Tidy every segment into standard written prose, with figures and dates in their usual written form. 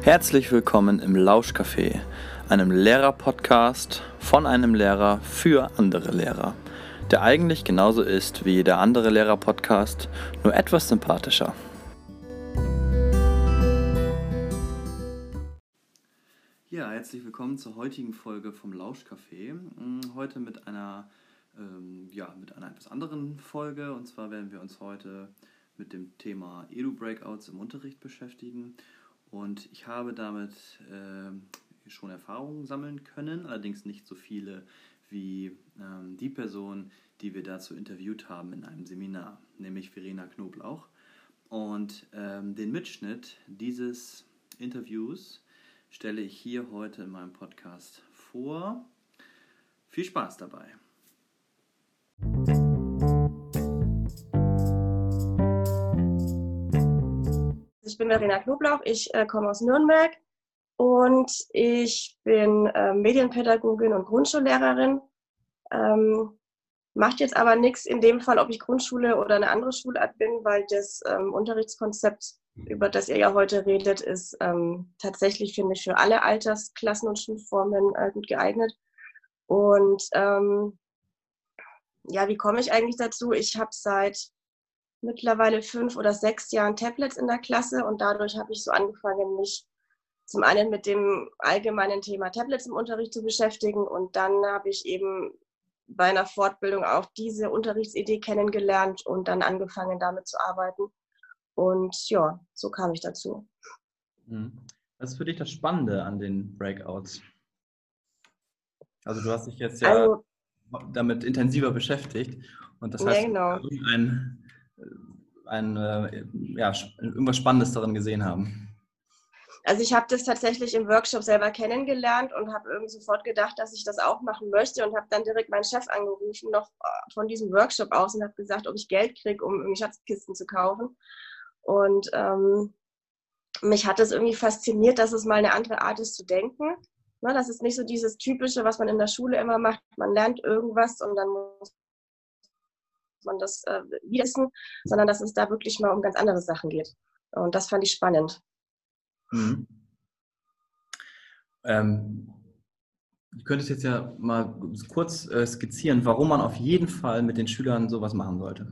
Herzlich willkommen im Lauschcafé, einem Lehrer-Podcast von einem Lehrer für andere Lehrer, der eigentlich genauso ist wie jeder andere Lehrer-Podcast, nur etwas sympathischer. Ja, herzlich willkommen zur heutigen Folge vom Lauschcafé. Heute mit einer etwas anderen Folge, und zwar werden wir uns heute mit dem Thema Edu-Breakouts im Unterricht beschäftigen. Und ich habe damit schon Erfahrungen sammeln können, allerdings nicht so viele wie die Person, die wir dazu interviewt haben in einem Seminar, nämlich Verena Knoblauch. Und den Mitschnitt dieses Interviews stelle ich hier heute in meinem Podcast vor. Viel Spaß dabei! Ich bin Verena Knoblauch, ich komme aus Nürnberg und ich bin Medienpädagogin und Grundschullehrerin. Macht jetzt aber nichts in dem Fall, ob ich Grundschule oder eine andere Schulart bin, weil das Unterrichtskonzept, über das ihr ja heute redet, ist tatsächlich, finde ich, für alle Altersklassen und Schulformen gut geeignet. Und wie komme ich eigentlich dazu? Ich habe seit mittlerweile 5 oder 6 Jahren Tablets in der Klasse und dadurch habe ich so angefangen, mich zum einen mit dem allgemeinen Thema Tablets im Unterricht zu beschäftigen und dann habe ich eben bei einer Fortbildung auch diese Unterrichtsidee kennengelernt und dann angefangen, damit zu arbeiten. Und ja, so kam ich dazu. Was ist für dich das Spannende an den Breakouts? Also du hast dich jetzt damit intensiver beschäftigt und das heißt, genau. irgendwas Spannendes darin gesehen haben. Also ich habe das tatsächlich im Workshop selber kennengelernt und habe irgendwie sofort gedacht, dass ich das auch machen möchte und habe dann direkt meinen Chef angerufen, noch von diesem Workshop aus, und habe gesagt, ob ich Geld kriege, um irgendwie Schatzkisten zu kaufen. Und mich hat es irgendwie fasziniert, dass es mal eine andere Art ist zu denken. Ne, das ist nicht so dieses Typische, was man in der Schule immer macht. Man lernt irgendwas und dann muss man das wissen, sondern dass es da wirklich mal um ganz andere Sachen geht. Und das fand ich spannend. Mhm. Du könntest jetzt ja mal kurz skizzieren, warum man auf jeden Fall mit den Schülern sowas machen sollte.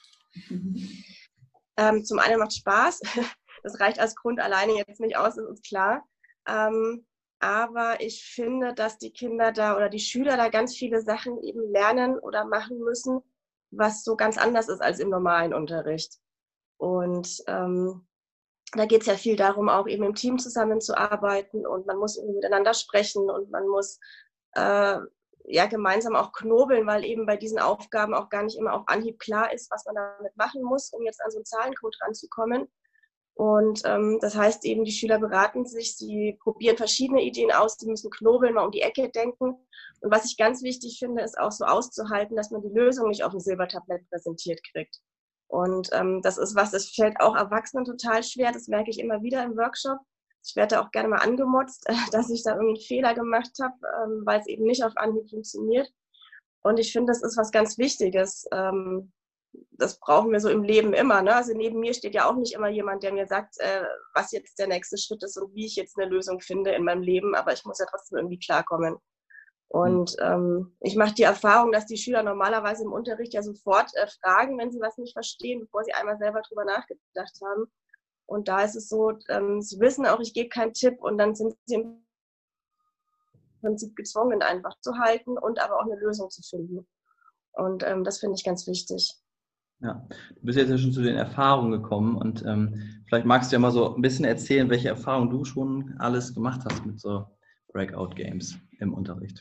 Zum einen macht Spaß. Das reicht als Grund alleine jetzt nicht aus, ist uns klar. Aber ich finde, dass die Kinder da oder die Schüler da ganz viele Sachen eben lernen oder machen müssen, was so ganz anders ist als im normalen Unterricht. Und da geht es ja viel darum, auch eben im Team zusammenzuarbeiten und man muss irgendwie miteinander sprechen und man muss gemeinsam auch knobeln, weil eben bei diesen Aufgaben auch gar nicht immer auf Anhieb klar ist, was man damit machen muss, um jetzt an so einen Zahlencode ranzukommen. Und das heißt eben, die Schüler beraten sich, sie probieren verschiedene Ideen aus, sie müssen knobeln, mal um die Ecke denken. Und was ich ganz wichtig finde, ist auch so auszuhalten, dass man die Lösung nicht auf dem Silbertablett präsentiert kriegt. Und das ist was, das fällt auch Erwachsenen total schwer, das merke ich immer wieder im Workshop. Ich werde da auch gerne mal angemotzt, dass ich da irgendwie einen Fehler gemacht habe, weil es eben nicht auf Anhieb funktioniert. Und ich finde, das ist was ganz Wichtiges. Das brauchen wir so im Leben immer. Ne? Also neben mir steht ja auch nicht immer jemand, der mir sagt, was jetzt der nächste Schritt ist und wie ich jetzt eine Lösung finde in meinem Leben. Aber ich muss ja trotzdem irgendwie klarkommen. Und ich mache die Erfahrung, dass die Schüler normalerweise im Unterricht ja sofort fragen, wenn sie was nicht verstehen, bevor sie einmal selber drüber nachgedacht haben. Und da ist es so, sie wissen auch, ich gebe keinen Tipp und dann sind sie im Prinzip gezwungen, einfach zu halten und aber auch eine Lösung zu finden. Und das finde ich ganz wichtig. Ja, du bist jetzt ja schon zu den Erfahrungen gekommen und vielleicht magst du ja mal so ein bisschen erzählen, welche Erfahrungen du schon alles gemacht hast mit so Breakout-Games im Unterricht.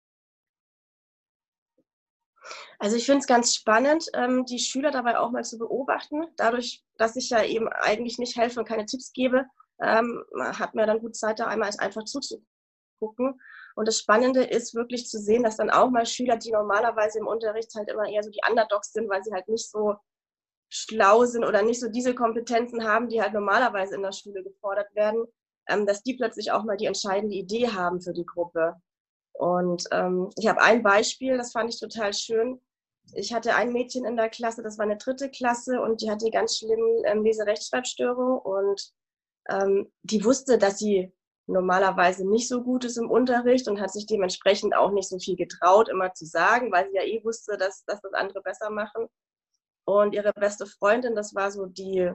Also ich finde es ganz spannend, die Schüler dabei auch mal zu beobachten. Dadurch, dass ich ja eben eigentlich nicht helfe und keine Tipps gebe, hat mir dann gut Zeit, da einmal einfach zuzugucken. Und das Spannende ist wirklich zu sehen, dass dann auch mal Schüler, die normalerweise im Unterricht halt immer eher so die Underdogs sind, weil sie halt nicht so schlau sind oder nicht so diese Kompetenzen haben, die halt normalerweise in der Schule gefordert werden, dass die plötzlich auch mal die entscheidende Idee haben für die Gruppe. Und ich habe ein Beispiel, das fand ich total schön. Ich hatte ein Mädchen in der Klasse, das war eine 3. Klasse und die hatte ganz schlimm Lese-Rechtschreibstörung und die wusste, dass sie normalerweise nicht so gut ist im Unterricht und hat sich dementsprechend auch nicht so viel getraut, immer zu sagen, weil sie ja eh wusste, dass das andere besser machen. Und ihre beste Freundin, das war so die,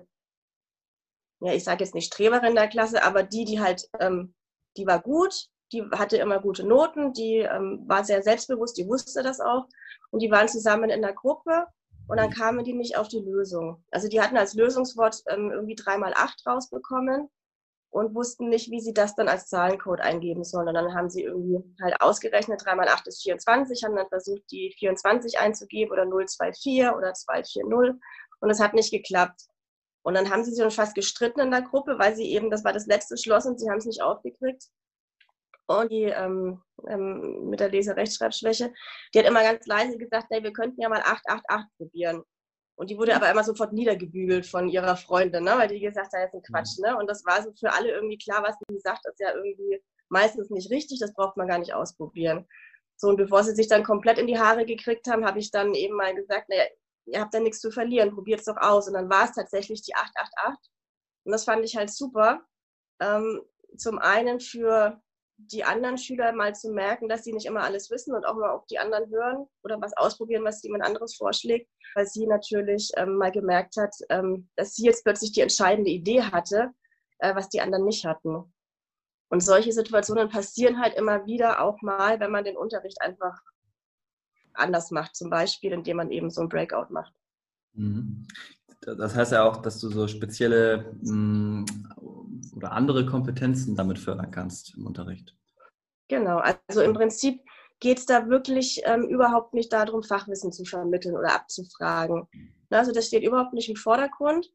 ja, ich sage jetzt nicht Streberin der Klasse, aber die halt, die war gut, die hatte immer gute Noten, die war sehr selbstbewusst, die wusste das auch. Und die waren zusammen in der Gruppe und dann kamen die nicht auf die Lösung. Also die hatten als Lösungswort irgendwie 3x8 rausbekommen und wussten nicht, wie sie das dann als Zahlencode eingeben sollen. Und dann haben sie irgendwie halt ausgerechnet, 3x8 ist 24, haben dann versucht, die 24 einzugeben oder 024 oder 240 und es hat nicht geklappt. Und dann haben sie sich schon fast gestritten in der Gruppe, weil sie eben, das war das letzte Schloss und sie haben es nicht aufgekriegt. Und die mit der Lese-Rechtschreibschwäche, die hat immer ganz leise gesagt, hey, wir könnten ja mal 888 probieren. Und die wurde aber immer sofort niedergebügelt von ihrer Freundin, ne? Weil die gesagt hat, das ist ein Quatsch. Ne? Und das war so für alle irgendwie klar, was sie sagt, ist ja irgendwie meistens nicht richtig, das braucht man gar nicht ausprobieren. So, und bevor sie sich dann komplett in die Haare gekriegt haben, habe ich dann eben mal gesagt, naja, ihr habt ja nichts zu verlieren, probiert es doch aus. Und dann war es tatsächlich die 888. Und das fand ich halt super. Zum einen für die anderen Schüler mal zu merken, dass sie nicht immer alles wissen und auch mal auf die anderen hören oder was ausprobieren, was jemand anderes vorschlägt, weil sie natürlich mal gemerkt hat, dass sie jetzt plötzlich die entscheidende Idee hatte, was die anderen nicht hatten. Und solche Situationen passieren halt immer wieder auch mal, wenn man den Unterricht einfach anders macht, zum Beispiel, indem man eben so ein Breakout macht. Das heißt ja auch, dass du so spezielle oder andere Kompetenzen damit fördern kannst im Unterricht. Genau, also im Prinzip geht es da wirklich überhaupt nicht darum, Fachwissen zu vermitteln oder abzufragen. Also das steht überhaupt nicht im Vordergrund.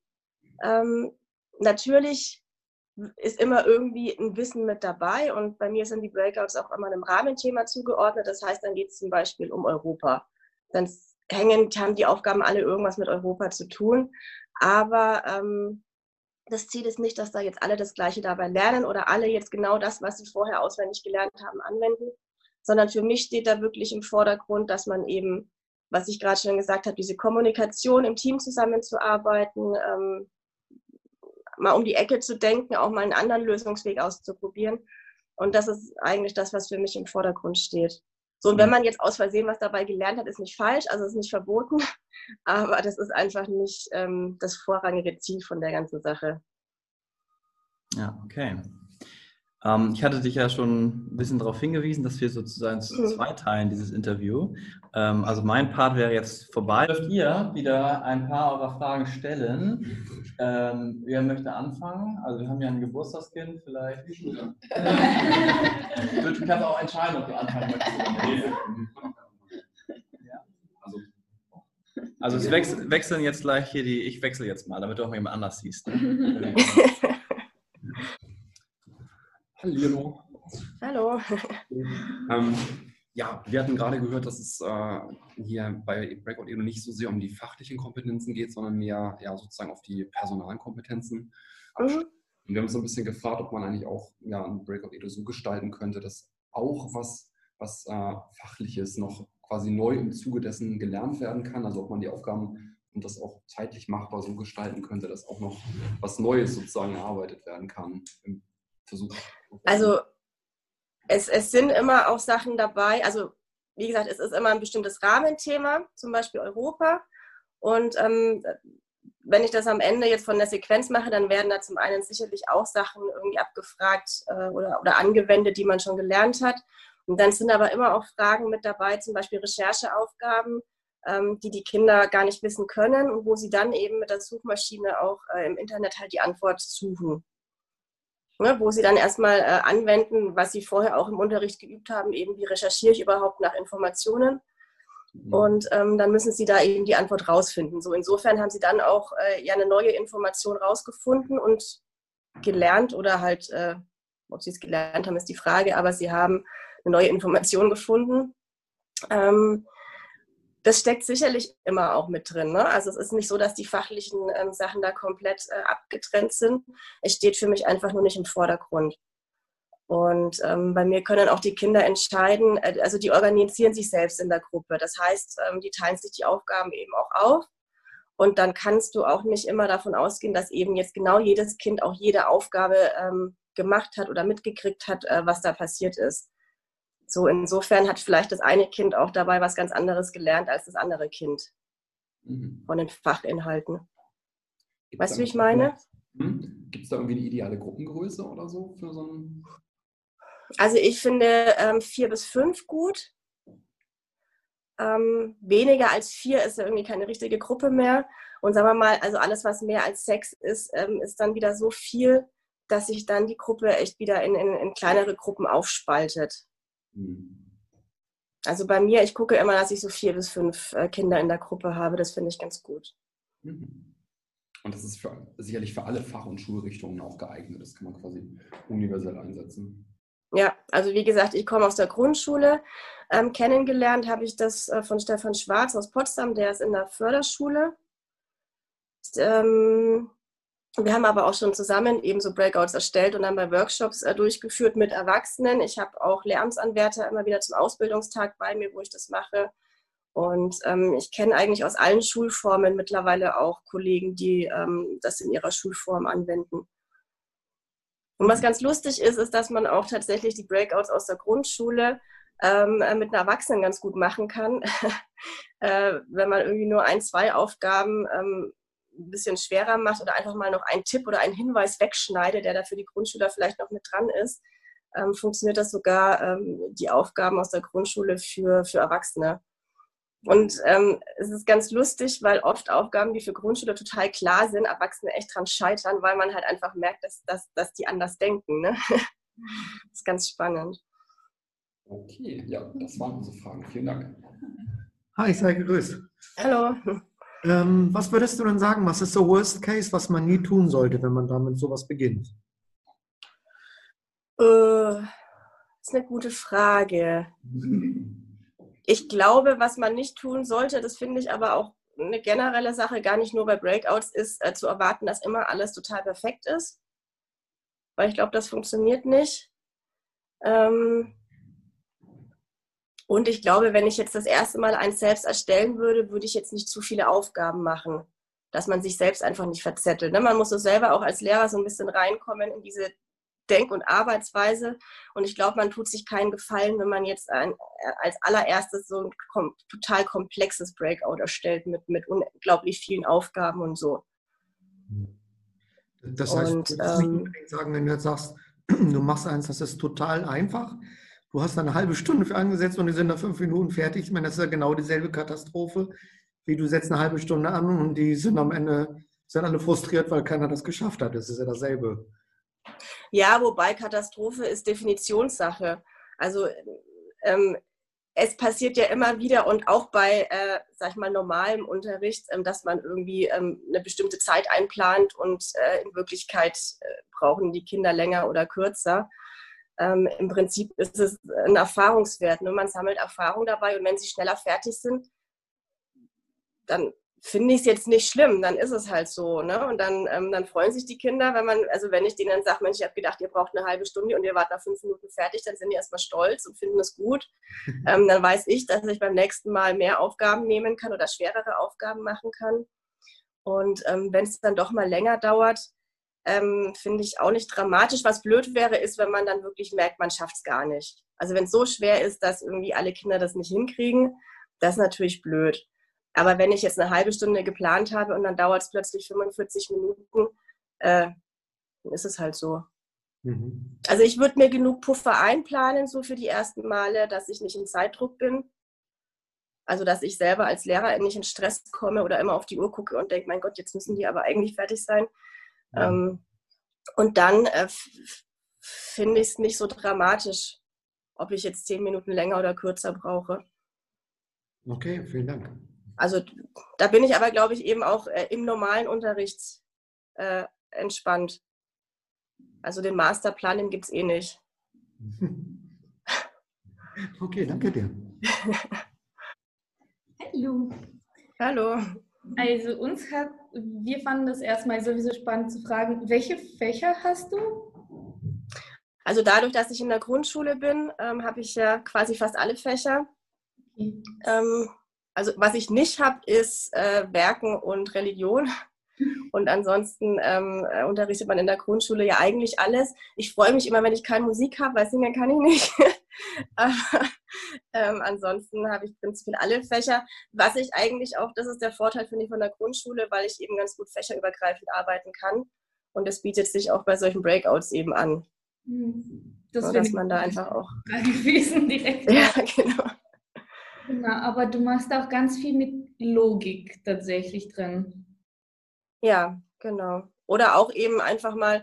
Natürlich ist immer irgendwie ein Wissen mit dabei und bei mir sind die Breakouts auch immer einem Rahmenthema zugeordnet. Das heißt, dann geht es zum Beispiel um Europa. Dann haben die Aufgaben alle irgendwas mit Europa zu tun, aber das Ziel ist nicht, dass da jetzt alle das Gleiche dabei lernen oder alle jetzt genau das, was sie vorher auswendig gelernt haben, anwenden, sondern für mich steht da wirklich im Vordergrund, dass man eben, was ich gerade schon gesagt habe, diese Kommunikation im Team zusammenzuarbeiten, mal um die Ecke zu denken, auch mal einen anderen Lösungsweg auszuprobieren. Und das ist eigentlich das, was für mich im Vordergrund steht. So, und wenn man jetzt aus Versehen was dabei gelernt hat, ist nicht falsch, also ist nicht verboten, aber das ist einfach nicht das vorrangige Ziel von der ganzen Sache. Ja, okay. Ich hatte dich ja schon ein bisschen darauf hingewiesen, dass wir sozusagen zu zwei teilen dieses Interview. Also mein Part wäre jetzt vorbei. Dürft ihr wieder ein paar eurer Fragen stellen? Wer möchte anfangen? Also wir haben ja ein Geburtstagskind, vielleicht. Du kannst auch entscheiden, ob du anfangen möchtest oder nicht. Ja. Also es wechseln jetzt gleich hier ich wechsle jetzt mal, damit du auch mal jemand anders siehst. Ne? Hallo. Hallo. Ja, wir hatten gerade gehört, dass es hier bei Breakout Edu nicht so sehr um die fachlichen Kompetenzen geht, sondern mehr sozusagen auf die personalen Kompetenzen. Und wir haben uns so ein bisschen gefragt, ob man eigentlich auch ein Breakout Edu so gestalten könnte, dass auch was Fachliches noch quasi neu im Zuge dessen gelernt werden kann. Also ob man die Aufgaben und das auch zeitlich machbar so gestalten könnte, dass auch noch was Neues sozusagen erarbeitet werden kann im Versuch. Also es sind immer auch Sachen dabei, also wie gesagt, es ist immer ein bestimmtes Rahmenthema, zum Beispiel Europa. Und wenn ich das am Ende jetzt von der Sequenz mache, dann werden da zum einen sicherlich auch Sachen irgendwie abgefragt oder angewendet, die man schon gelernt hat. Und dann sind aber immer auch Fragen mit dabei, zum Beispiel Rechercheaufgaben, die die Kinder gar nicht wissen können und wo sie dann eben mit der Suchmaschine auch im Internet halt die Antwort suchen. Ne, wo sie dann erstmal anwenden, was sie vorher auch im Unterricht geübt haben, eben wie recherchiere ich überhaupt nach Informationen. Und dann müssen sie da eben die Antwort rausfinden. So insofern haben sie dann auch eine neue Information rausgefunden und gelernt oder halt, ob sie es gelernt haben, ist die Frage, aber sie haben eine neue Information gefunden. Das steckt sicherlich immer auch mit drin. Ne? Also es ist nicht so, dass die fachlichen Sachen da komplett abgetrennt sind. Es steht für mich einfach nur nicht im Vordergrund. Und bei mir können auch die Kinder entscheiden, also die organisieren sich selbst in der Gruppe. Das heißt, die teilen sich die Aufgaben eben auch auf. Und dann kannst du auch nicht immer davon ausgehen, dass eben jetzt genau jedes Kind auch jede Aufgabe gemacht hat oder mitgekriegt hat, was da passiert ist. So, insofern hat vielleicht das eine Kind auch dabei was ganz anderes gelernt als das andere Kind von den Fachinhalten. Weißt du, wie ich meine? Gibt es da irgendwie eine ideale Gruppengröße oder so für so ein... Also ich finde 4 bis 5 gut. Weniger als 4 ist ja irgendwie keine richtige Gruppe mehr. Und sagen wir mal, also alles, was mehr als 6 ist, ist dann wieder so viel, dass sich dann die Gruppe echt wieder in kleinere Gruppen aufspaltet. Also bei mir, ich gucke immer, dass ich so 4 bis 5 Kinder in der Gruppe habe. Das finde ich ganz gut. Und das ist sicherlich für alle Fach- und Schulrichtungen auch geeignet. Das kann man quasi universell einsetzen. Ja, also wie gesagt, ich komme aus der Grundschule. Kennengelernt habe ich das von Stefan Schwarz aus Potsdam, der ist in der Förderschule. Wir haben aber auch schon zusammen eben so Breakouts erstellt und dann bei Workshops durchgeführt mit Erwachsenen. Ich habe auch Lehramtsanwärter immer wieder zum Ausbildungstag bei mir, wo ich das mache. Und ich kenne eigentlich aus allen Schulformen mittlerweile auch Kollegen, die das in ihrer Schulform anwenden. Und was ganz lustig ist, ist, dass man auch tatsächlich die Breakouts aus der Grundschule mit einer Erwachsenen ganz gut machen kann. Wenn man irgendwie nur 1, 2 Aufgaben ein bisschen schwerer macht oder einfach mal noch einen Tipp oder einen Hinweis wegschneidet, der da für die Grundschüler vielleicht noch mit dran ist, funktioniert das sogar die Aufgaben aus der Grundschule für Erwachsene. Und es ist ganz lustig, weil oft Aufgaben, die für Grundschüler total klar sind, Erwachsene echt dran scheitern, weil man halt einfach merkt, dass die anders denken. Ne? Das ist ganz spannend. Okay, ja, das waren unsere Fragen. Vielen Dank. Hi, sei gegrüßt. Hallo. Was würdest du denn sagen, was ist so Worst Case, was man nie tun sollte, wenn man damit sowas beginnt? Das ist eine gute Frage. Ich glaube, was man nicht tun sollte, das finde ich aber auch eine generelle Sache, gar nicht nur bei Breakouts, ist zu erwarten, dass immer alles total perfekt ist. Weil ich glaube, das funktioniert nicht. Und ich glaube, wenn ich jetzt das erste Mal eins selbst erstellen würde, würde ich jetzt nicht zu viele Aufgaben machen, dass man sich selbst einfach nicht verzettelt. Man muss so selber auch als Lehrer so ein bisschen reinkommen in diese Denk- und Arbeitsweise. Und ich glaube, man tut sich keinen Gefallen, wenn man jetzt als allererstes so ein total komplexes Breakout erstellt mit unglaublich vielen Aufgaben und so. Das heißt, du würdest nicht unbedingt sagen, wenn du jetzt sagst, du machst eins, das ist total einfach. Du hast da eine halbe Stunde für angesetzt und die sind nach 5 Minuten fertig. Ich meine, das ist ja genau dieselbe Katastrophe, wie du setzt eine halbe Stunde an und die sind am Ende sind alle frustriert, weil keiner das geschafft hat. Das ist ja dasselbe. Ja, wobei Katastrophe ist Definitionssache. Also es passiert ja immer wieder und auch bei, sag ich mal, normalem Unterricht, dass man irgendwie eine bestimmte Zeit einplant und in Wirklichkeit brauchen die Kinder länger oder kürzer. Im Prinzip ist es ein Erfahrungswert. Ne? Man sammelt Erfahrung dabei und wenn sie schneller fertig sind, dann finde ich es jetzt nicht schlimm, dann ist es halt so. Ne? Und dann freuen sich die Kinder, wenn ich denen dann sage, Mensch, ich habe gedacht, ihr braucht eine halbe Stunde und ihr wart nach 5 Minuten fertig, dann sind die erstmal stolz und finden es gut. Dann weiß ich, dass ich beim nächsten Mal mehr Aufgaben nehmen kann oder schwerere Aufgaben machen kann. Und wenn es dann doch mal länger dauert, finde ich auch nicht dramatisch. Was blöd wäre, ist, wenn man dann wirklich merkt, man schafft es gar nicht. Also wenn es so schwer ist, dass irgendwie alle Kinder das nicht hinkriegen, das ist natürlich blöd. Aber wenn ich jetzt eine halbe Stunde geplant habe und dann dauert es plötzlich 45 Minuten, dann ist es halt so. Mhm. Also ich würde mir genug Puffer einplanen, so für die ersten Male, dass ich nicht in Zeitdruck bin. Also dass ich selber als Lehrer nicht in Stress komme oder immer auf die Uhr gucke und denke, mein Gott, jetzt müssen die aber eigentlich fertig sein. Ja. Und dann finde ich es nicht so dramatisch, ob ich jetzt 10 Minuten länger oder kürzer brauche. Okay, vielen Dank. Also da bin ich aber, glaube ich, eben auch im normalen Unterricht entspannt. Also den Masterplan, den gibt es eh nicht. Okay, danke dir. Hallo. Hallo. Also wir fanden das erstmal sowieso spannend zu fragen, welche Fächer hast du? Also dadurch, dass ich in der Grundschule bin, habe ich ja quasi fast alle Fächer. Okay. Also was ich nicht habe, ist Werken und Religion. Und ansonsten unterrichtet man in der Grundschule ja eigentlich alles. Ich freue mich immer, wenn ich keine Musik habe, weil singen kann ich nicht. Aber ansonsten habe ich prinzipiell alle Fächer. Was ich eigentlich auch, das ist der Vorteil, finde ich, von der Grundschule, weil ich eben ganz gut fächerübergreifend arbeiten kann. Und das bietet sich auch bei solchen Breakouts eben an. Das so, dass man da einfach auch... gewesen direkt. Ja, genau. Genau, aber du machst auch ganz viel mit Logik tatsächlich drin. Ja, genau. Oder auch eben einfach mal,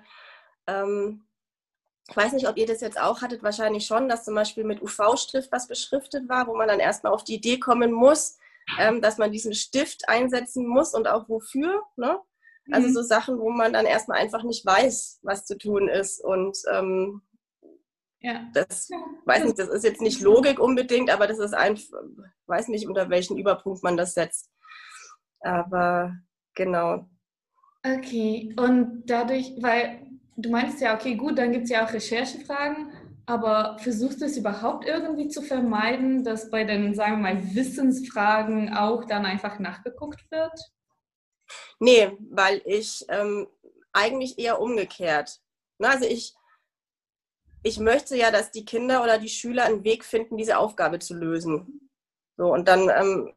ich weiß nicht, ob ihr das jetzt auch hattet, wahrscheinlich schon, dass zum Beispiel mit UV-Stift was beschriftet war, wo man dann erstmal auf die Idee kommen muss, dass man diesen Stift einsetzen muss und auch wofür. Ne? Also so Sachen, wo man dann erstmal einfach nicht weiß, was zu tun ist. Und das, weiß nicht, das ist jetzt nicht Logik unbedingt, aber das ist einfach, weiß nicht, unter welchen Überpunkt man das setzt. Aber genau. Okay, und dadurch, weil du meinst ja, okay, gut, dann gibt es ja auch Recherchefragen, aber versuchst du es überhaupt irgendwie zu vermeiden, dass bei den, sagen wir mal, Wissensfragen auch dann einfach nachgeguckt wird? Nee, weil ich eigentlich eher umgekehrt. Na, also ich möchte ja, dass die Kinder oder die Schüler einen Weg finden, diese Aufgabe zu lösen. So, und dann,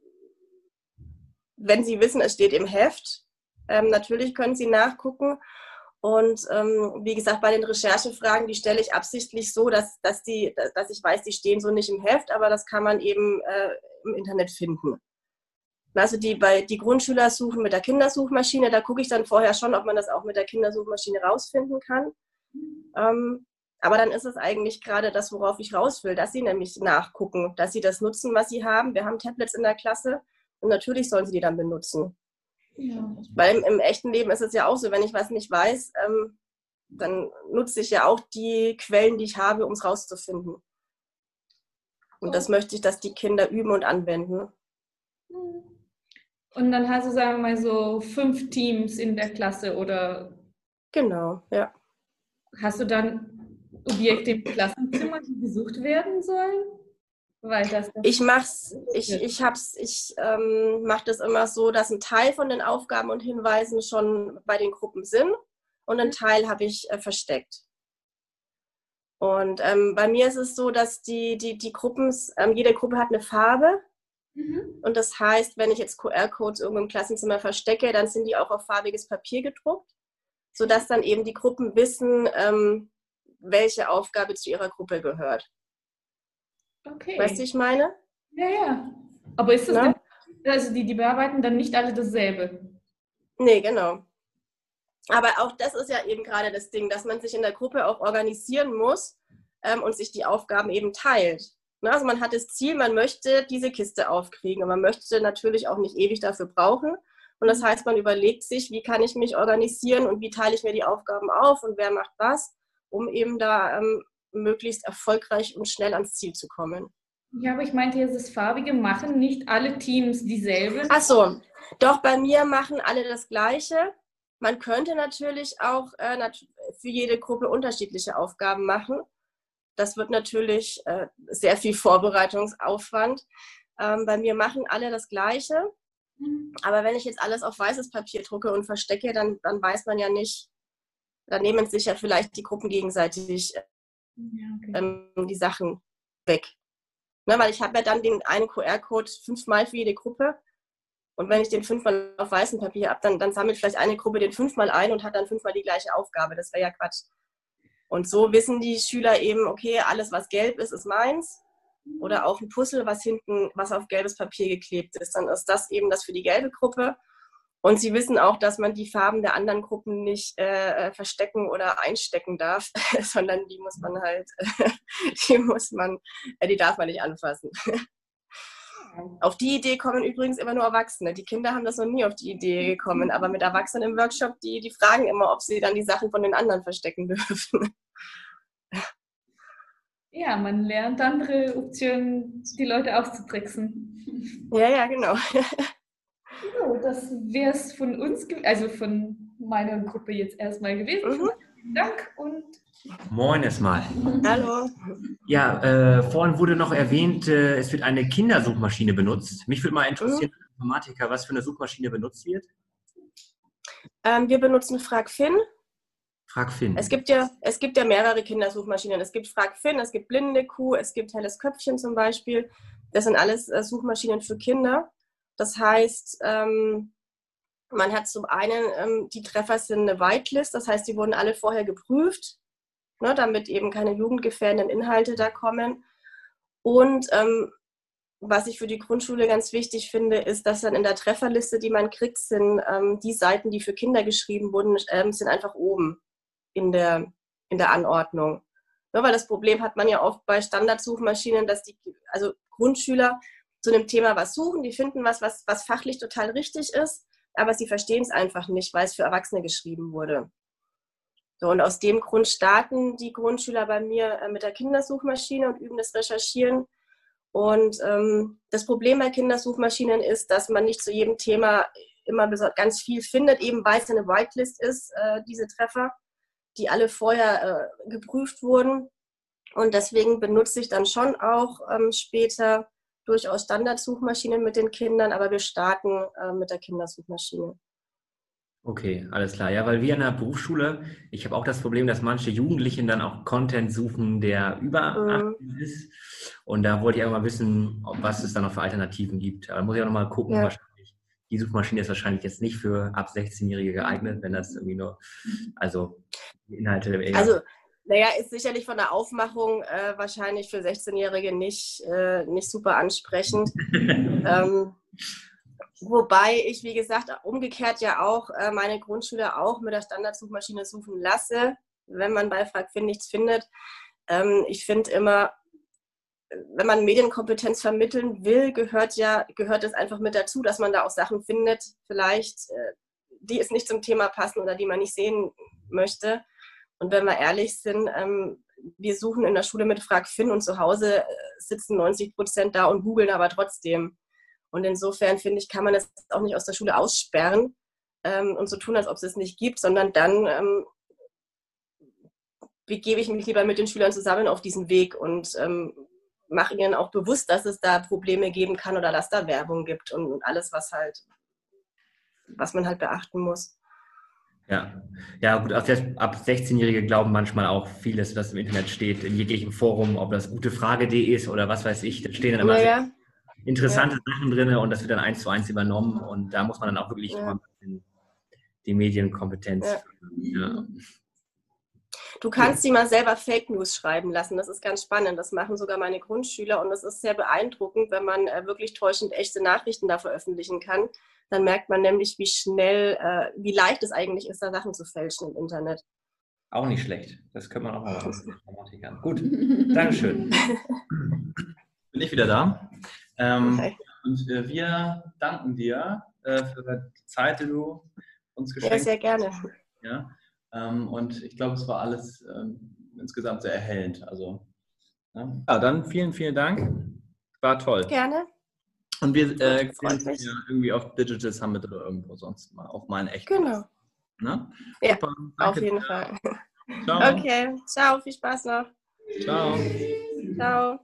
wenn sie wissen, es steht im Heft, natürlich können sie nachgucken. Und wie gesagt, bei den Recherchefragen, die stelle ich absichtlich so, dass ich weiß, die stehen so nicht im Heft, aber das kann man eben im Internet finden. Also die Grundschüler suchen mit der Kindersuchmaschine, da gucke ich dann vorher schon, ob man das auch mit der Kindersuchmaschine rausfinden kann. Aber dann ist es eigentlich gerade das, worauf ich raus will, dass sie nämlich nachgucken, dass sie das nutzen, was sie haben. Wir haben Tablets in der Klasse und natürlich sollen sie die dann benutzen. Ja. Weil im echten Leben ist es ja auch so, wenn ich was nicht weiß, dann nutze ich ja auch die Quellen, die ich habe, um es rauszufinden. Und das möchte ich, dass die Kinder üben und anwenden. Und dann hast du, sagen wir mal, so 5 Teams in der Klasse, oder? Genau, ja. Hast du dann Objekte im Klassenzimmer, die besucht werden sollen? Ich mache das immer so, dass ein Teil von den Aufgaben und Hinweisen schon bei den Gruppen sind und einen Teil habe ich versteckt. Und bei mir ist es so, dass die Gruppen, jede Gruppe hat eine Farbe. Und das heißt, wenn ich jetzt QR-Codes irgendwo im Klassenzimmer verstecke, dann sind die auch auf farbiges Papier gedruckt, sodass dann eben die Gruppen wissen, welche Aufgabe zu ihrer Gruppe gehört. Okay. Weißt du, ich meine? Ja, ja. Aber ist das denn, also die bearbeiten dann nicht alle dasselbe? Nee, genau. Aber auch das ist ja eben gerade das Ding, dass man sich in der Gruppe auch organisieren muss und sich die Aufgaben eben teilt. Also man hat das Ziel, man möchte diese Kiste aufkriegen und man möchte natürlich auch nicht ewig dafür brauchen. Und das heißt, man überlegt sich, wie kann ich mich organisieren und wie teile ich mir die Aufgaben auf und wer macht was, um eben da möglichst erfolgreich und schnell ans Ziel zu kommen. Ja, aber ich meinte jetzt, das Farbige machen nicht alle Teams dieselbe. Ach so, doch bei mir machen alle das Gleiche. Man könnte natürlich auch für jede Gruppe unterschiedliche Aufgaben machen. Das wird natürlich sehr viel Vorbereitungsaufwand. Bei mir machen alle das Gleiche. Aber wenn ich jetzt alles auf weißes Papier drucke und verstecke, dann weiß man ja nicht, dann nehmen sich ja vielleicht die Gruppen gegenseitig die Sachen weg. Ne, weil ich habe ja dann den einen QR-Code 5-mal für jede Gruppe. Und wenn ich den 5-mal auf weißem Papier habe, dann sammelt vielleicht eine Gruppe den 5-mal ein und hat dann 5-mal die gleiche Aufgabe. Das wäre ja Quatsch. Und so wissen die Schüler eben, okay, alles, was gelb ist, ist meins. Oder auch ein Puzzle, was auf gelbes Papier geklebt ist, dann ist das eben das für die gelbe Gruppe. Und sie wissen auch, dass man die Farben der anderen Gruppen nicht verstecken oder einstecken darf, sondern die darf man nicht anfassen. Auf die Idee kommen übrigens immer nur Erwachsene. Die Kinder haben das noch nie auf die Idee gekommen, aber mit Erwachsenen im Workshop, die fragen immer, ob sie dann die Sachen von den anderen verstecken dürfen. Ja, man lernt andere Optionen, die Leute auszutricksen. Ja, genau. So, das wäre es von uns, also von meiner Gruppe jetzt erstmal gewesen. Dank und Moin erstmal. Hallo. Ja, vorhin wurde noch erwähnt, es wird eine Kindersuchmaschine benutzt. Mich würde mal interessieren, als Informatiker, was für eine Suchmaschine benutzt wird. Wir benutzen FragFin. FragFin. Es gibt ja mehrere Kindersuchmaschinen. Es gibt FragFin, es gibt BlindeQ, es gibt Helles Köpfchen zum Beispiel. Das sind alles Suchmaschinen für Kinder. Das heißt, man hat zum einen, die Treffer sind eine Whitelist, das heißt, die wurden alle vorher geprüft, ne, damit eben keine jugendgefährdenden Inhalte da kommen. Und was ich für die Grundschule ganz wichtig finde, ist, dass dann in der Trefferliste, die man kriegt, sind die Seiten, die für Kinder geschrieben wurden, sind einfach oben in der Anordnung. Ja, weil das Problem hat man ja oft bei Standardsuchmaschinen, dass also Grundschüler zu einem Thema was suchen, die finden was fachlich total richtig ist, aber sie verstehen es einfach nicht, weil es für Erwachsene geschrieben wurde. So, und aus dem Grund starten die Grundschüler bei mir mit der Kindersuchmaschine und üben das Recherchieren. Und das Problem bei Kindersuchmaschinen ist, dass man nicht zu jedem Thema immer ganz viel findet, eben weil es eine Whitelist ist, diese Treffer, die alle vorher geprüft wurden. Und deswegen benutze ich dann schon auch später durchaus Standardsuchmaschinen mit den Kindern, aber wir starten mit der Kindersuchmaschine. Okay, alles klar. Ja, weil wir in der Berufsschule, ich habe auch das Problem, dass manche Jugendlichen dann auch Content suchen, der über 18 ist. Und da wollte ich auch mal wissen, was es da noch für Alternativen gibt. Da muss ich auch noch mal gucken, wahrscheinlich. Die Suchmaschine ist wahrscheinlich jetzt nicht für ab 16-Jährige geeignet, wenn das irgendwie nur, also die Inhalte eher. Also, naja, ist sicherlich von der Aufmachung wahrscheinlich für 16-Jährige nicht super ansprechend. Wobei ich, wie gesagt, umgekehrt ja auch meine Grundschüler auch mit der Standardsuchmaschine suchen lasse, wenn man bei FragFin nichts findet. Ich finde immer, wenn man Medienkompetenz vermitteln will, gehört es einfach mit dazu, dass man da auch Sachen findet, vielleicht, die es nicht zum Thema passen oder die man nicht sehen möchte. Und wenn wir ehrlich sind, wir suchen in der Schule mit FragFin und zu Hause sitzen 90% da und googeln aber trotzdem. Und insofern, finde ich, kann man das auch nicht aus der Schule aussperren und so tun, als ob es es nicht gibt, sondern dann begebe ich mich lieber mit den Schülern zusammen auf diesen Weg und mache ihnen auch bewusst, dass es da Probleme geben kann oder dass da Werbung gibt und alles, was man halt beachten muss. Ja, gut, ab 16-Jährige glauben manchmal auch vieles, was im Internet steht, in jeglichem Forum, ob das gutefrage.de ist oder was weiß ich, da stehen dann immer interessante Sachen drin und das wird dann 1:1 übernommen und da muss man dann auch wirklich mal ein bisschen die Medienkompetenz. Du kannst sie mal selber Fake News schreiben lassen, das ist ganz spannend, das machen sogar meine Grundschüler und das ist sehr beeindruckend, wenn man wirklich täuschend echte Nachrichten da veröffentlichen kann, dann merkt man nämlich, wie leicht es eigentlich ist, da Sachen zu fälschen im Internet. Auch nicht schlecht, das könnte man auch mal machen. Gut, Dankeschön. Bin ich wieder da. Okay. Und wir danken dir für die Zeit, die du uns geschenkt hast. Ja, sehr gerne. Ja, und ich glaube, es war alles insgesamt sehr erhellend. Also, ja, dann vielen, vielen Dank. War toll. Gerne. Und wir sehen uns ja irgendwie auf Digital Summit oder irgendwo sonst mal, auch mal in echt. Genau. Ne? Ja, super, auf jeden Fall. Ciao. Okay, ciao, viel Spaß noch. Ciao. Ciao.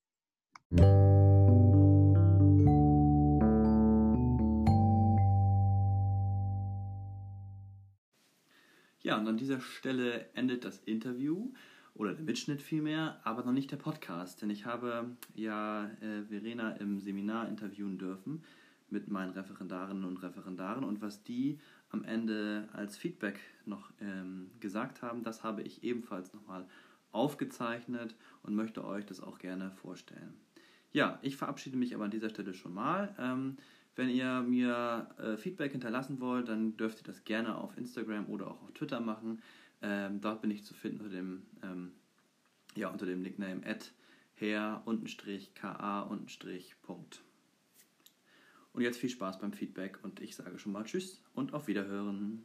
Ja, und an dieser Stelle endet das Interview oder der Mitschnitt vielmehr, aber noch nicht der Podcast, denn ich habe ja Verena im Seminar interviewen dürfen mit meinen Referendarinnen und Referendaren und was die am Ende als Feedback noch gesagt haben, das habe ich ebenfalls nochmal aufgezeichnet und möchte euch das auch gerne vorstellen. Ja, ich verabschiede mich aber an dieser Stelle schon mal. Wenn ihr mir Feedback hinterlassen wollt, dann dürft ihr das gerne auf Instagram oder auch auf Twitter machen. Dort bin ich zu finden unter dem Nickname @her_ka_. Und jetzt viel Spaß beim Feedback und ich sage schon mal Tschüss und auf Wiederhören.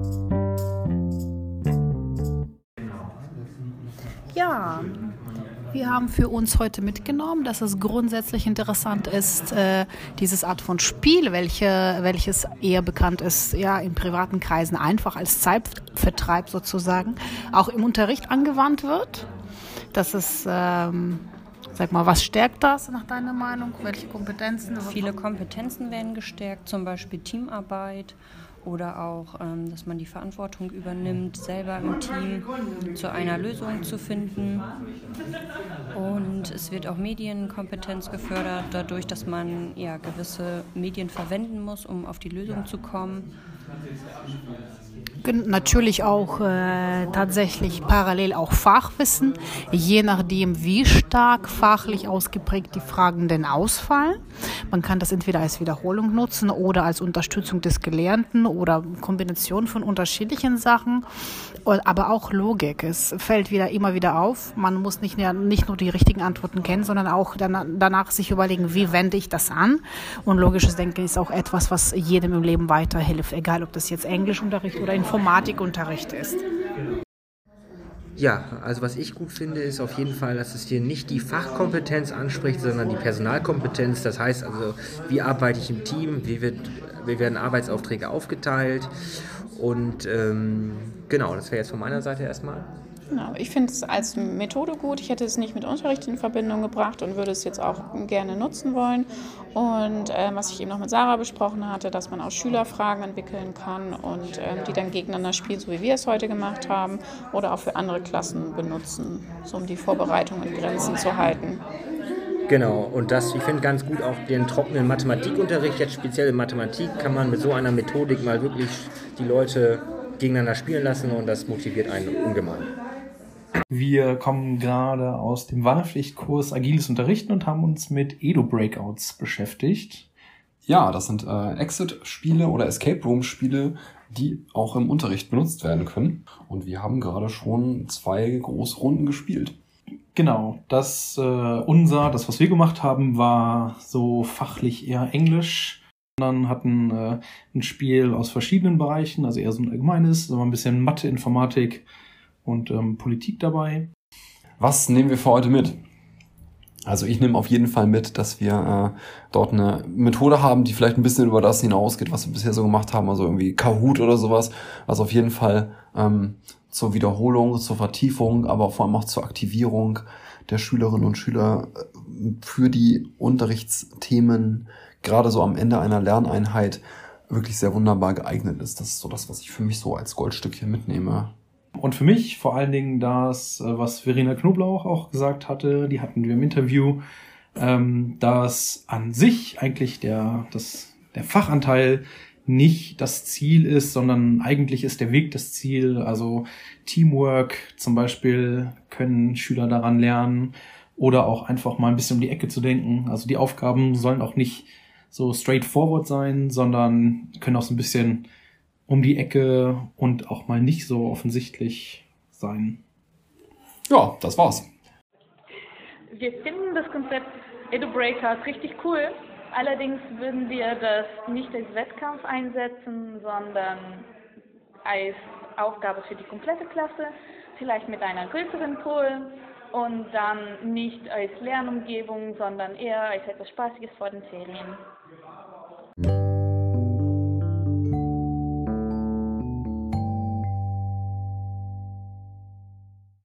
Ja, Wir haben für uns heute mitgenommen, dass es grundsätzlich interessant ist, dieses Art von Spiel, welches eher bekannt ist, ja, in privaten Kreisen einfach als Zeitvertreib sozusagen, auch im Unterricht angewandt wird. Das ist, sag mal, was stärkt das nach deiner Meinung? Welche Kompetenzen? Viele Kompetenzen werden gestärkt, zum Beispiel Teamarbeit. Oder auch, dass man die Verantwortung übernimmt, selber im Team zu einer Lösung zu finden. Und es wird auch Medienkompetenz gefördert, dadurch, dass man ja gewisse Medien verwenden muss, um auf die Lösung zu kommen. Natürlich auch tatsächlich parallel auch Fachwissen, je nachdem, wie stark fachlich ausgeprägt die Fragen denn ausfallen. Man kann das entweder als Wiederholung nutzen oder als Unterstützung des Gelernten oder Kombination von unterschiedlichen Sachen, aber auch Logik. Es fällt immer wieder auf, man muss nicht nur die richtigen Antworten kennen, sondern auch danach sich überlegen, wie wende ich das an. Und logisches Denken ist auch etwas, was jedem im Leben weiterhilft, egal ob das jetzt Englischunterricht oder Informatikunterricht ist. Ja, also was ich gut finde, ist auf jeden Fall, dass es hier nicht die Fachkompetenz anspricht, sondern die Personalkompetenz. Das heißt also, wie arbeite ich im Team, wie werden Arbeitsaufträge aufgeteilt und genau, das wäre jetzt von meiner Seite erstmal. Genau, ich finde es als Methode gut. Ich hätte es nicht mit Unterricht in Verbindung gebracht und würde es jetzt auch gerne nutzen wollen. Und was ich eben noch mit Sarah besprochen hatte, dass man auch Schülerfragen entwickeln kann und die dann gegeneinander spielen, so wie wir es heute gemacht haben, oder auch für andere Klassen benutzen, so um die Vorbereitung in Grenzen zu halten. Genau, und ich finde ganz gut auch den trockenen Mathematikunterricht, jetzt speziell in Mathematik, kann man mit so einer Methodik mal wirklich die Leute gegeneinander spielen lassen und das motiviert einen ungemein. Wir kommen gerade aus dem Wahlpflichtkurs Agiles Unterrichten und haben uns mit Edu-Breakouts beschäftigt. Ja, das sind Exit-Spiele oder Escape-Room-Spiele, die auch im Unterricht benutzt werden können. Und wir haben gerade schon 2 Großrunden gespielt. Genau, das, was wir gemacht haben, war so fachlich eher Englisch. Dann hatten ein Spiel aus verschiedenen Bereichen, also eher so ein allgemeines, so ein bisschen Mathe, Informatik und Politik dabei. Was nehmen wir für heute mit? Also ich nehme auf jeden Fall mit, dass wir dort eine Methode haben, die vielleicht ein bisschen über das hinausgeht, was wir bisher so gemacht haben, also irgendwie Kahoot oder sowas, was auf jeden Fall zur Wiederholung, zur Vertiefung, aber vor allem auch zur Aktivierung der Schülerinnen und Schüler für die Unterrichtsthemen, gerade so am Ende einer Lerneinheit, wirklich sehr wunderbar geeignet ist. Das ist so das, was ich für mich so als Goldstückchen mitnehme. Und für mich vor allen Dingen das, was Verena Knoblauch auch gesagt hatte, die hatten wir im Interview, dass an sich eigentlich der Fachanteil nicht das Ziel ist, sondern eigentlich ist der Weg das Ziel. Also Teamwork zum Beispiel können Schüler daran lernen oder auch einfach mal ein bisschen um die Ecke zu denken. Also die Aufgaben sollen auch nicht so straightforward sein, sondern können auch so ein bisschen um die Ecke und auch mal nicht so offensichtlich sein. Ja, das war's. Wir finden das Konzept Edu-Breakout richtig cool. Allerdings würden wir das nicht als Wettkampf einsetzen, sondern als Aufgabe für die komplette Klasse, vielleicht mit einer größeren Pool und dann nicht als Lernumgebung, sondern eher als etwas Spaßiges vor den Ferien.